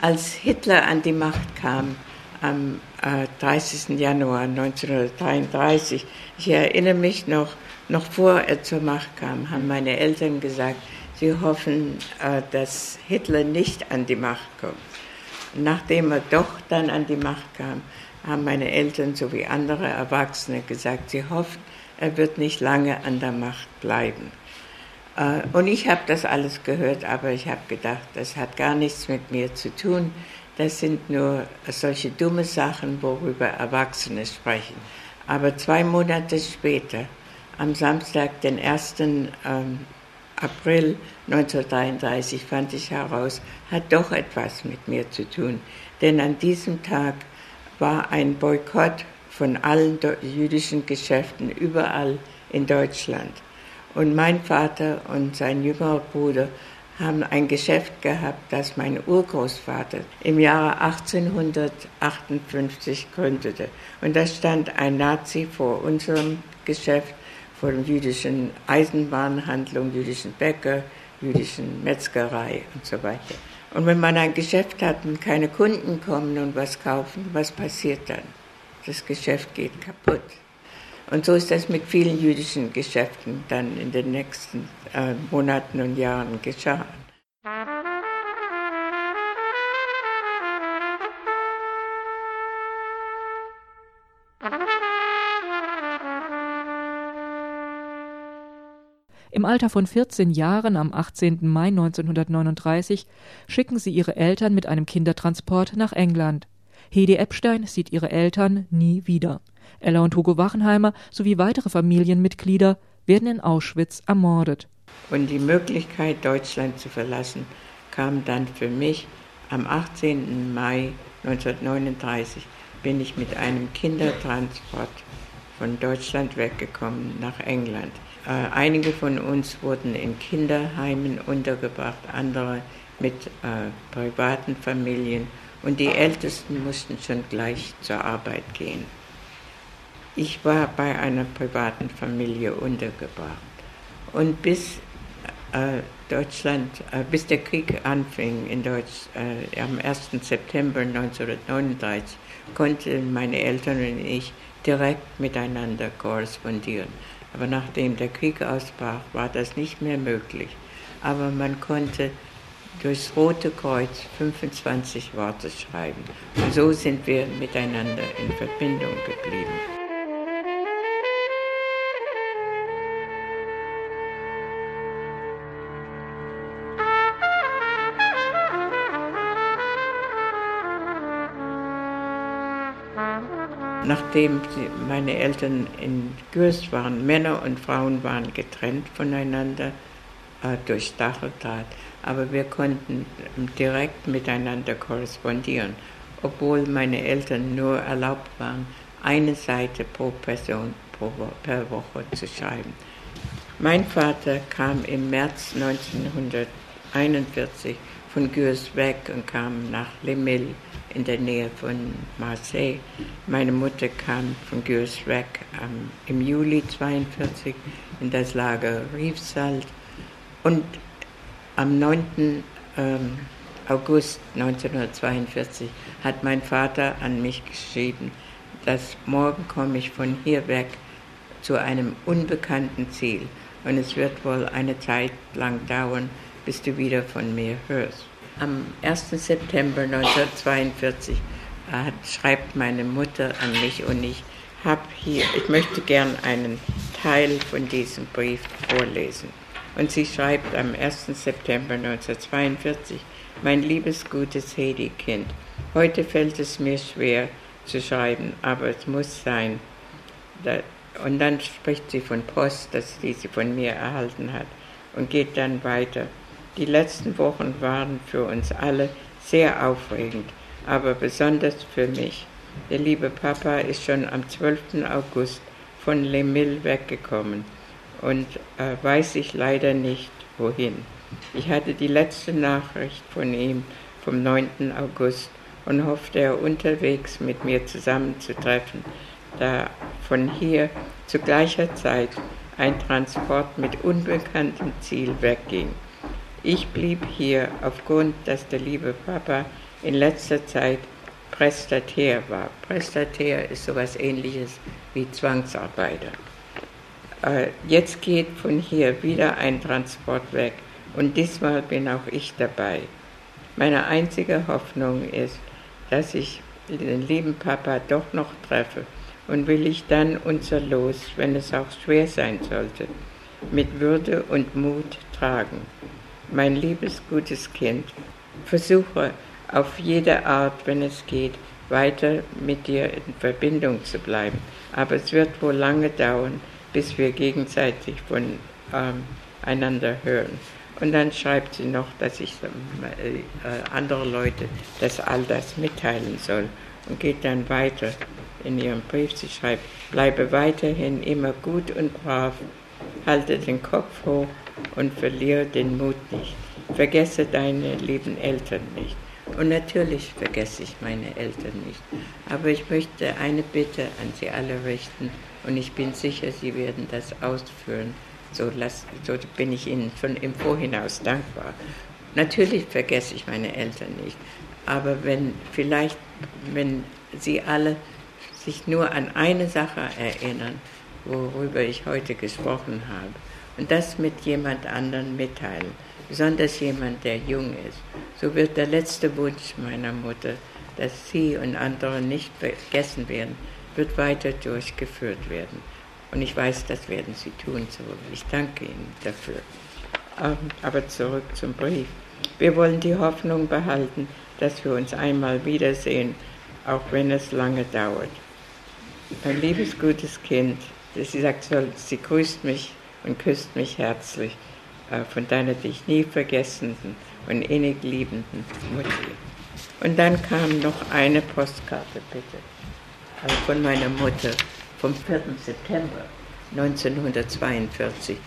Als Hitler an die Macht kam, am 30. Januar 1933, ich erinnere mich noch vor er zur Macht kam, haben meine Eltern gesagt, sie hoffen, dass Hitler nicht an die Macht kommt. Und nachdem er doch dann an die Macht kam, haben meine Eltern sowie andere Erwachsene gesagt, sie hoffen, er wird nicht lange an der Macht bleiben. Und ich habe das alles gehört, aber ich habe gedacht, das hat gar nichts mit mir zu tun. Das sind nur solche dumme Sachen, worüber Erwachsene sprechen. Aber 2 Monate später, am Samstag, den 1. April 1933, fand ich heraus, hat doch etwas mit mir zu tun. Denn an diesem Tag war ein Boykott von allen jüdischen Geschäften überall in Deutschland. Und mein Vater und sein jüngerer Bruder haben ein Geschäft gehabt, das mein Urgroßvater im Jahre 1858 gründete. Und da stand ein Nazi vor unserem Geschäft, vor der jüdischen Eisenbahnhandlung, jüdischen Bäcker, jüdischen Metzgerei und so weiter. Und wenn man ein Geschäft hat und keine Kunden kommen und was kaufen, was passiert dann? Das Geschäft geht kaputt. Und so ist das mit vielen jüdischen Geschäften dann in den nächsten Monaten und Jahren geschehen. Im Alter von 14 Jahren, am 18. Mai 1939, schicken sie ihre Eltern mit einem Kindertransport nach England. Hedi Epstein sieht ihre Eltern nie wieder. Ella und Hugo Wachenheimer sowie weitere Familienmitglieder werden in Auschwitz ermordet. Und die Möglichkeit, Deutschland zu verlassen, kam dann für mich am 18. Mai 1939, bin ich mit einem Kindertransport von Deutschland weggekommen nach England. Einige von uns wurden in Kinderheimen untergebracht, andere mit privaten Familien und die Ältesten mussten schon gleich zur Arbeit gehen. Ich war bei einer privaten Familie untergebracht und bis der Krieg anfing am 1. September 1939, konnten meine Eltern und ich direkt miteinander korrespondieren. Aber nachdem der Krieg ausbrach, war das nicht mehr möglich. Aber man konnte durchs Rote Kreuz 25 Worte schreiben. Und so sind wir miteinander in Verbindung geblieben. Nachdem meine Eltern in Gürst waren, Männer und Frauen waren getrennt voneinander durch Stacheldraht, aber wir konnten direkt miteinander korrespondieren, obwohl meine Eltern nur erlaubt waren, eine Seite pro Person per Woche zu schreiben. Mein Vater kam im März 1941 von Gurs weg und kam nach Les Milles in der Nähe von Marseille. Meine Mutter kam von Gurs weg im Juli 1942 in das Lager Rivesaltes und am 9. August 1942 hat mein Vater an mich geschrieben, dass morgen komme ich von hier weg zu einem unbekannten Ziel und es wird wohl eine Zeit lang dauern, bis du wieder von mir hörst. Am 1. September 1942 schreibt meine Mutter an mich und ich möchte gern einen Teil von diesem Brief vorlesen. Und sie schreibt am 1. September 1942, mein liebes, gutes Hedi-Kind, heute fällt es mir schwer zu schreiben, aber es muss sein. Und dann spricht sie von Post, die sie von mir erhalten hat und geht dann weiter. Die letzten Wochen waren für uns alle sehr aufregend, aber besonders für mich. Der liebe Papa ist schon am 12. August von Les Milles weggekommen und weiß ich leider nicht, wohin. Ich hatte die letzte Nachricht von ihm vom 9. August und hoffte, er unterwegs mit mir zusammenzutreffen, da von hier zu gleicher Zeit ein Transport mit unbekanntem Ziel wegging. Ich blieb hier aufgrund, dass der liebe Papa in letzter Zeit Prestataire war. Prestataire ist sowas Ähnliches wie Zwangsarbeiter. Jetzt geht von hier wieder ein Transport weg und diesmal bin auch ich dabei. Meine einzige Hoffnung ist, dass ich den lieben Papa doch noch treffe und will ich dann unser Los, wenn es auch schwer sein sollte, mit Würde und Mut tragen. Mein liebes, gutes Kind, versuche auf jede Art, wenn es geht, weiter mit dir in Verbindung zu bleiben. Aber es wird wohl lange dauern, bis wir gegenseitig von einander hören. Und dann schreibt sie noch, dass ich andere Leute all das mitteilen soll und geht dann weiter in ihrem Brief. Sie schreibt, bleibe weiterhin immer gut und brav, halte den Kopf hoch und verliere den Mut nicht. Vergesse deine lieben Eltern nicht. Und natürlich vergesse ich meine Eltern nicht. Aber ich möchte eine Bitte an Sie alle richten und ich bin sicher, Sie werden das ausführen. So bin ich Ihnen schon im Vorhinaus dankbar. Natürlich vergesse ich meine Eltern nicht. Aber wenn Sie alle sich nur an eine Sache erinnern, worüber ich heute gesprochen habe, und das mit jemand anderen mitteilen, besonders jemand, der jung ist, so wird der letzte Wunsch meiner Mutter, dass Sie und andere nicht vergessen werden, wird weiter durchgeführt werden. Und ich weiß, das werden Sie tun, so ich danke Ihnen dafür. Aber zurück zum Brief. Wir wollen die Hoffnung behalten, dass wir uns einmal wiedersehen, auch wenn es lange dauert. Mein liebes, gutes Kind, sie sagt, sie grüßt mich und küsst mich herzlich von deiner dich nie vergessenden und innig liebenden Mutti. Und dann kam noch eine Postkarte, bitte, von meiner Mutter vom 4. September 1942.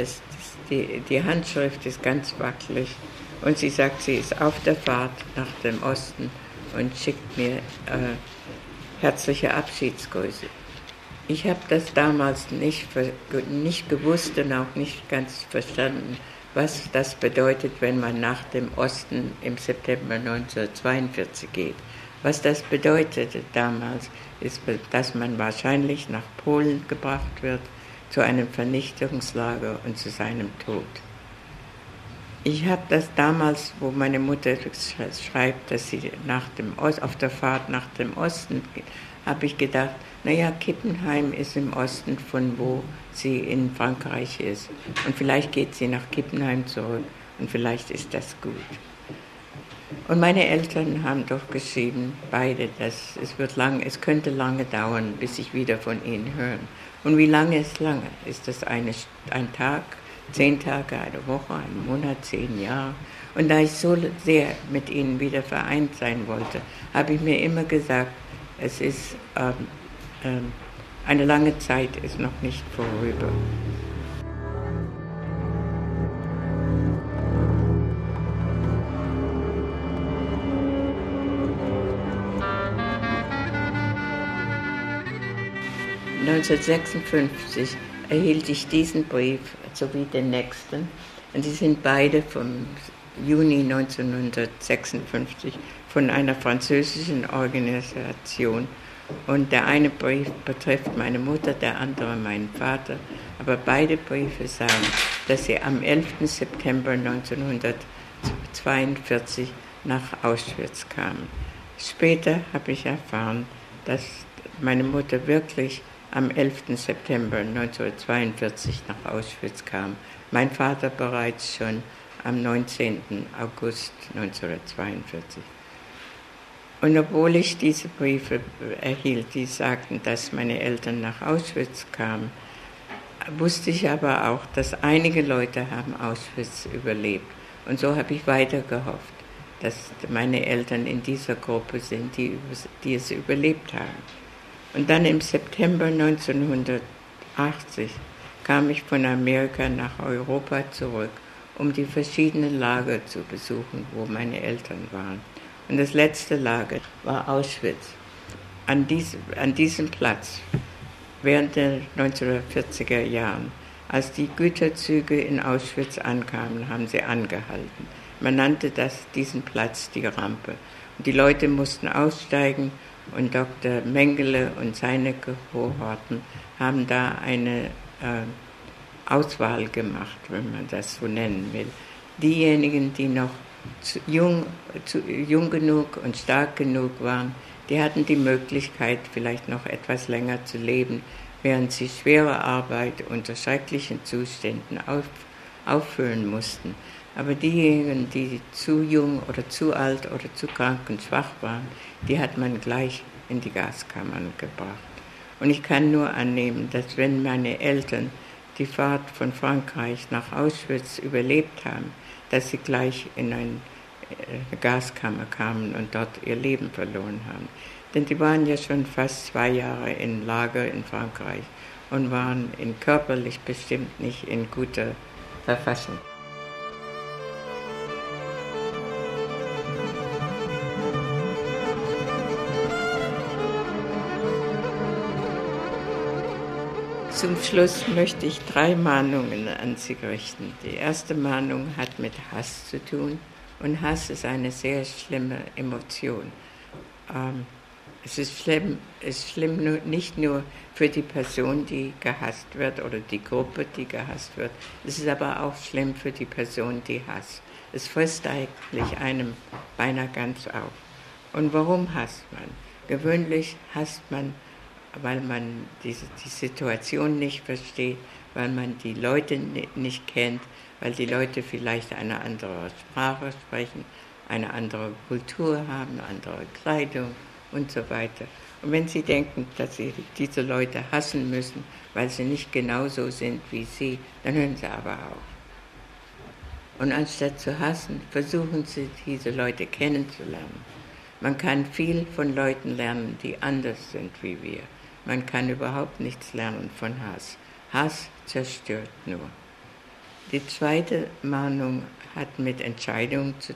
Die Handschrift ist ganz wackelig und sie sagt, sie ist auf der Fahrt nach dem Osten und schickt mir herzliche Abschiedsgrüße. Ich habe das damals nicht gewusst und auch nicht ganz verstanden, was das bedeutet, wenn man nach dem Osten im September 1942 geht. Was das bedeutete damals, ist, dass man wahrscheinlich nach Polen gebracht wird, zu einem Vernichtungslager und zu seinem Tod. Ich habe das damals, wo meine Mutter schreibt, dass sie auf der Fahrt nach dem Osten geht, habe ich gedacht, naja, Kippenheim ist im Osten, von wo sie in Frankreich ist. Und vielleicht geht sie nach Kippenheim zurück und vielleicht ist das gut. Und meine Eltern haben doch geschrieben, beide, dass es könnte lange dauern, bis ich wieder von ihnen höre. Und wie lange ist lange? Ist das ein Tag, 10 Tage, eine Woche, ein Monat, 10 Jahre? Und da ich so sehr mit ihnen wieder vereint sein wollte, habe ich mir immer gesagt, es ist eine lange Zeit ist noch nicht vorüber. (1956) erhielt ich diesen Brief sowie den nächsten, und sie sind beide vom Juni 1956 von einer französischen Organisation. Und der eine Brief betrifft meine Mutter, der andere meinen Vater. Aber beide Briefe sagen, dass sie am 11. September 1942 nach Auschwitz kamen. Später habe ich erfahren, dass meine Mutter wirklich am 11. September 1942 nach Auschwitz kam. Mein Vater bereits schon am 19. August 1942. Und obwohl ich diese Briefe erhielt, die sagten, dass meine Eltern nach Auschwitz kamen, wusste ich aber auch, dass einige Leute haben Auschwitz überlebt. Und so habe ich weiter gehofft, dass meine Eltern in dieser Gruppe sind, die es überlebt haben. Und dann im September 1980 kam ich von Amerika nach Europa zurück, um die verschiedenen Lager zu besuchen, wo meine Eltern waren. Und das letzte Lager war Auschwitz. An diesem Platz, während der 1940er Jahren, als die Güterzüge in Auschwitz ankamen, haben sie angehalten. Man nannte diesen Platz die Rampe. Die Leute mussten aussteigen und Dr. Mengele und seine Kohorten haben da eine Auswahl gemacht, wenn man das so nennen will. Diejenigen, die noch jung genug und stark genug waren, die hatten die Möglichkeit, vielleicht noch etwas länger zu leben, während sie schwere Arbeit unter schrecklichen Zuständen auffüllen mussten. Aber diejenigen, die zu jung oder zu alt oder zu krank und schwach waren, die hat man gleich in die Gaskammern gebracht. Und ich kann nur annehmen, dass wenn meine Eltern die Fahrt von Frankreich nach Auschwitz überlebt haben, dass sie gleich in eine Gaskammer kamen und dort ihr Leben verloren haben. Denn die waren ja schon fast 2 Jahre in Lager in Frankreich und waren körperlich bestimmt nicht in guter Verfassung. Zum Schluss möchte ich 3 Mahnungen an Sie richten. Die erste Mahnung hat mit Hass zu tun und Hass ist eine sehr schlimme Emotion. Es ist schlimm nicht nur für die Person, die gehasst wird oder die Gruppe, die gehasst wird. Es ist aber auch schlimm für die Person, die hasst. Es frisst eigentlich einem beinahe ganz auf. Und warum hasst man? Gewöhnlich hasst man, weil man die Situation nicht versteht, weil man die Leute nicht kennt, weil die Leute vielleicht eine andere Sprache sprechen, eine andere Kultur haben, andere Kleidung und so weiter. Und wenn Sie denken, dass Sie diese Leute hassen müssen, weil sie nicht genauso sind wie Sie, dann hören Sie aber auf. Und anstatt zu hassen, versuchen Sie, diese Leute kennenzulernen. Man kann viel von Leuten lernen, die anders sind wie wir. Man kann überhaupt nichts lernen von Hass. Hass zerstört nur. Die zweite Mahnung hat mit Entscheidungen zu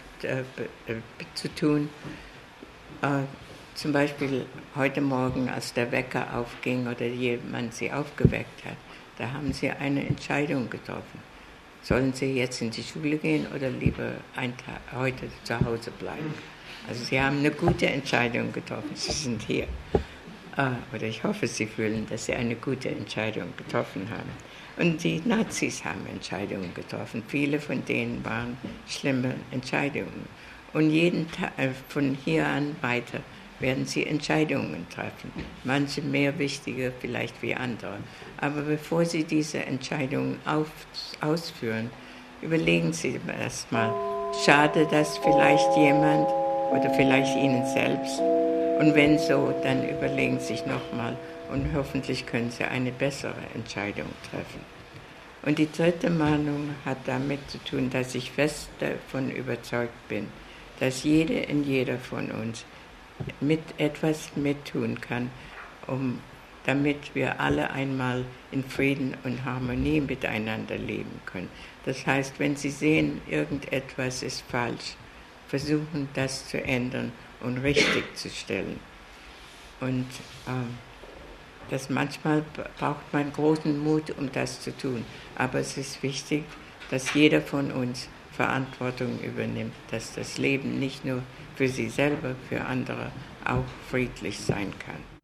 tun. Zum Beispiel heute Morgen, als der Wecker aufging oder jemand Sie aufgeweckt hat, da haben Sie eine Entscheidung getroffen. Sollen Sie jetzt in die Schule gehen oder lieber heute zu Hause bleiben? Also Sie haben eine gute Entscheidung getroffen. Sie sind hier. Oder ich hoffe, Sie fühlen, dass Sie eine gute Entscheidung getroffen haben. Und die Nazis haben Entscheidungen getroffen. Viele von denen waren schlimme Entscheidungen. Und jeden Tag, von hier an weiter, werden Sie Entscheidungen treffen. Manche mehr wichtige vielleicht wie andere. Aber bevor Sie diese Entscheidungen ausführen, überlegen Sie erstmal, schadet das vielleicht jemand oder vielleicht Ihnen selbst? Und wenn so, dann überlegen Sie sich nochmal und hoffentlich können Sie eine bessere Entscheidung treffen. Und die dritte Mahnung hat damit zu tun, dass ich fest davon überzeugt bin, dass jeder von uns etwas mittun kann, damit wir alle einmal in Frieden und Harmonie miteinander leben können. Das heißt, wenn Sie sehen, irgendetwas ist falsch, versuchen das zu ändern und richtig zu stellen. Und manchmal braucht man großen Mut, um das zu tun. Aber es ist wichtig, dass jeder von uns Verantwortung übernimmt, dass das Leben nicht nur für sie selber, für andere auch friedlich sein kann.